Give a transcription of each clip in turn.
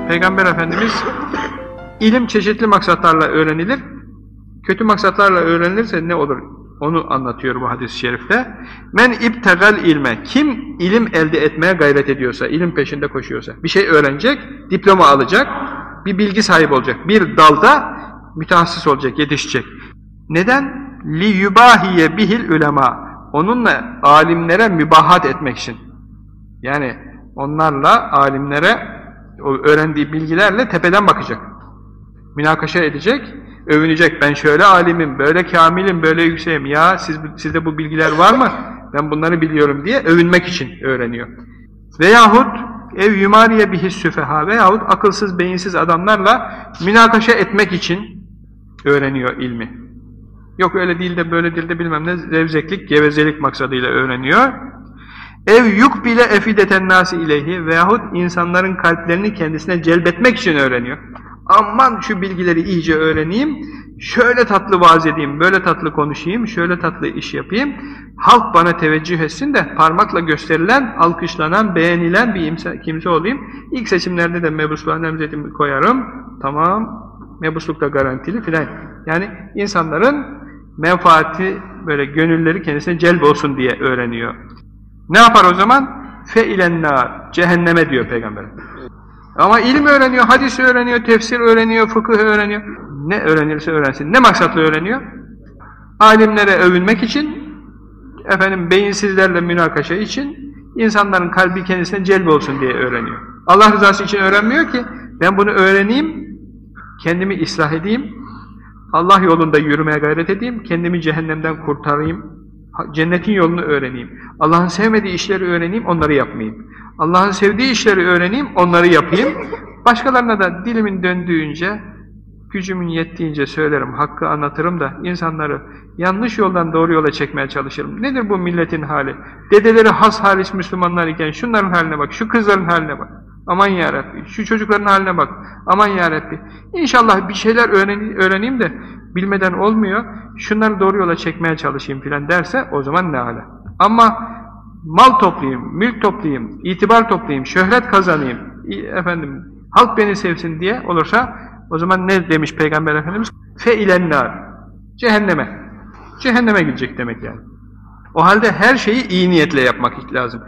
Peygamber Efendimiz ilim çeşitli maksatlarla öğrenilir. Kötü maksatlarla öğrenilirse ne olur? Onu anlatıyor bu hadis-i şerifte. Men ibtegal ilme. Kim ilim elde etmeye gayret ediyorsa, ilim peşinde koşuyorsa, bir şey öğrenecek, diploma alacak, bir bilgi sahibi olacak. Bir dalda mütehassıs olacak, yetişecek. Neden? Li yubahiye bihil ulema. Onunla alimlere mübahat etmek için. Yani onlarla alimlere o öğrendiği bilgilerle tepeden bakacak. Münakaşa edecek, övünecek. Ben şöyle alimim, böyle kamilim, böyle yükseğim. Ya sizde bu bilgiler var mı? Ben bunları biliyorum diye övünmek için öğreniyor. Veyahut ev yumariye bihis süfeha veyahut akılsız, beyinsiz adamlarla münakaşa etmek için öğreniyor ilmi. Yok öyle değil de böyle değil de bilmem ne zevzeklik, gevezelik maksadıyla öğreniyor. Ev yukbile efideten nasi ileyhi veyahut insanların kalplerini kendisine celbetmek için öğreniyor. Aman şu bilgileri iyice öğreneyim, şöyle tatlı vaaz edeyim, böyle tatlı konuşayım, şöyle tatlı iş yapayım. Halk bana teveccüh etsin de parmakla gösterilen, alkışlanan, beğenilen bir kimse olayım. İlk seçimlerde de mebusluğa nemzetimi koyarım. Tamam, mebusluk da garantili filan. Yani insanların menfaati, böyle gönülleri kendisine celb olsun diye öğreniyor. Ne yapar o zaman? Fe'ilen-nâr, cehenneme diyor Peygamber. Ama ilim öğreniyor, hadis öğreniyor, tefsir öğreniyor, fıkıh öğreniyor. Ne öğrenirse öğrensin. Ne maksatla öğreniyor? Alimlere övünmek için, beyinsizlerle münakaşa için, insanların kalbi kendisine celb olsun diye öğreniyor. Allah rızası için öğrenmiyor ki, ben bunu öğreneyim, kendimi ıslah edeyim, Allah yolunda yürümeye gayret edeyim, kendimi cehennemden kurtarayım, cennetin yolunu öğreneyim. Allah'ın sevmediği işleri öğreneyim, onları yapmayayım. Allah'ın sevdiği işleri öğreneyim, onları yapayım. Başkalarına da dilimin döndüğünce, gücümün yettiğince söylerim, hakkı anlatırım da insanları yanlış yoldan doğru yola çekmeye çalışırım. Nedir bu milletin hali? Dedeleri has halis Müslümanlar iken şunların haline bak, şu kızların haline bak. Aman yarabbi, şu çocukların haline bak. Aman yarabbi. İnşallah bir şeyler öğreneyim de bilmeden olmuyor. Şunları doğru yola çekmeye çalışayım filan derse o zaman ne hala. Ama mal toplayayım, mülk toplayayım, itibar toplayayım, şöhret kazanayım, halk beni sevsin diye olursa o zaman ne demiş Peygamber Efendimiz? Fe'ilen-nâr. Cehenneme. Cehenneme gidecek demek yani. O halde her şeyi iyi niyetle yapmak lazım.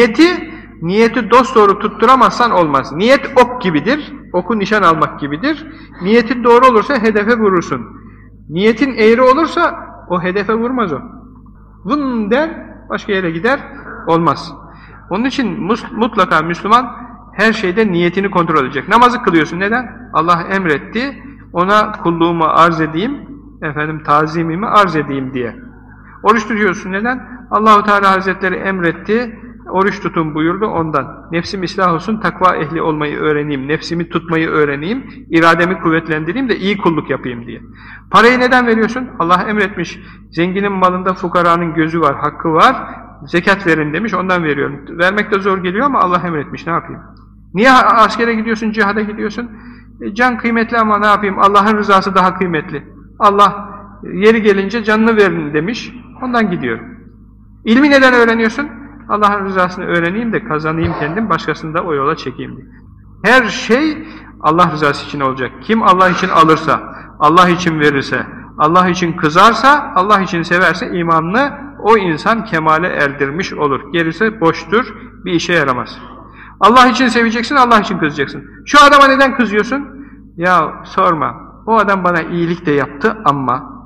Niyeti dosdoğru tutturamazsan olmaz. Niyet ok gibidir, oku nişan almak gibidir. Niyetin doğru olursa hedefe vurursun. Niyetin eğri olursa o hedefe vurmaz o. Vın der, başka yere gider, olmaz. Onun için mutlaka Müslüman her şeyde niyetini kontrol edecek. Namazı kılıyorsun, neden? Allah emretti, ona kulluğumu arz edeyim, tazimimi arz edeyim diye. Oruç tutuyorsun, neden? Allahu Teala Hazretleri emretti, oruç tutun buyurdu ondan. Nefsim ıslah olsun, takva ehli olmayı öğreneyim, nefsimi tutmayı öğreneyim, irademi kuvvetlendireyim de iyi kulluk yapayım diye. Parayı neden veriyorsun? Allah emretmiş, zenginin malında fukaranın gözü var, hakkı var, zekat verin demiş, ondan veriyorum. Vermek de zor geliyor ama Allah emretmiş, ne yapayım? Niye askere gidiyorsun, cihada gidiyorsun? Can kıymetli ama ne yapayım? Allah'ın rızası daha kıymetli. Allah yeri gelince canını verin demiş, ondan gidiyorum. İlmi neden öğreniyorsun? Allah'ın rızasını öğreneyim de kazanayım kendim, başkasını da o yola çekeyim diye. Her şey Allah rızası için olacak. Kim Allah için alırsa, Allah için verirse, Allah için kızarsa, Allah için severse imanını o insan kemale erdirmiş olur. Gerisi boştur, bir işe yaramaz. Allah için seveceksin, Allah için kızacaksın. Şu adama neden kızıyorsun? Ya sorma, o adam bana iyilik de yaptı ama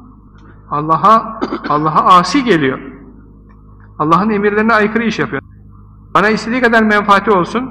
Allah'a asi geliyor. Allah'ın emirlerine aykırı iş yapıyor. Bana istediği kadar menfaati olsun,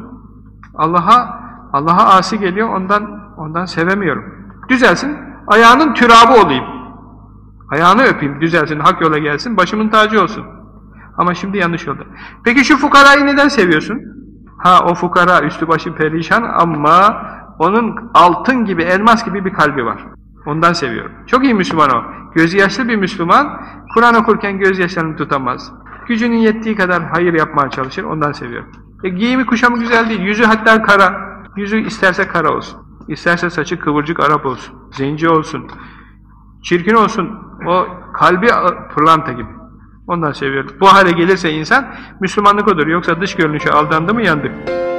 Allah'a asi geliyor, ondan sevemiyorum. Düzelsin, ayağının türabı olayım. Ayağını öpeyim, düzelsin, hak yola gelsin, başımın tacı olsun. Ama şimdi yanlış yolda. Peki şu fukarayı neden seviyorsun? O fukara üstü başı perişan ama onun altın gibi, elmas gibi bir kalbi var. Ondan seviyorum. Çok iyi Müslüman o. Gözü yaşlı bir Müslüman, Kur'an okurken gözyaşlarını tutamaz. Gücünün yettiği kadar hayır yapmaya çalışır, ondan seviyorum. Giyimi kuşamı güzel değil, yüzü hatta kara. Yüzü isterse kara olsun, isterse saçı kıvırcık Arap olsun, zenci olsun, çirkin olsun, o kalbi pırlanta gibi. Ondan seviyorum. Bu hale gelirse insan, Müslümanlık odur. Yoksa dış görünüşe aldandı mı yandık.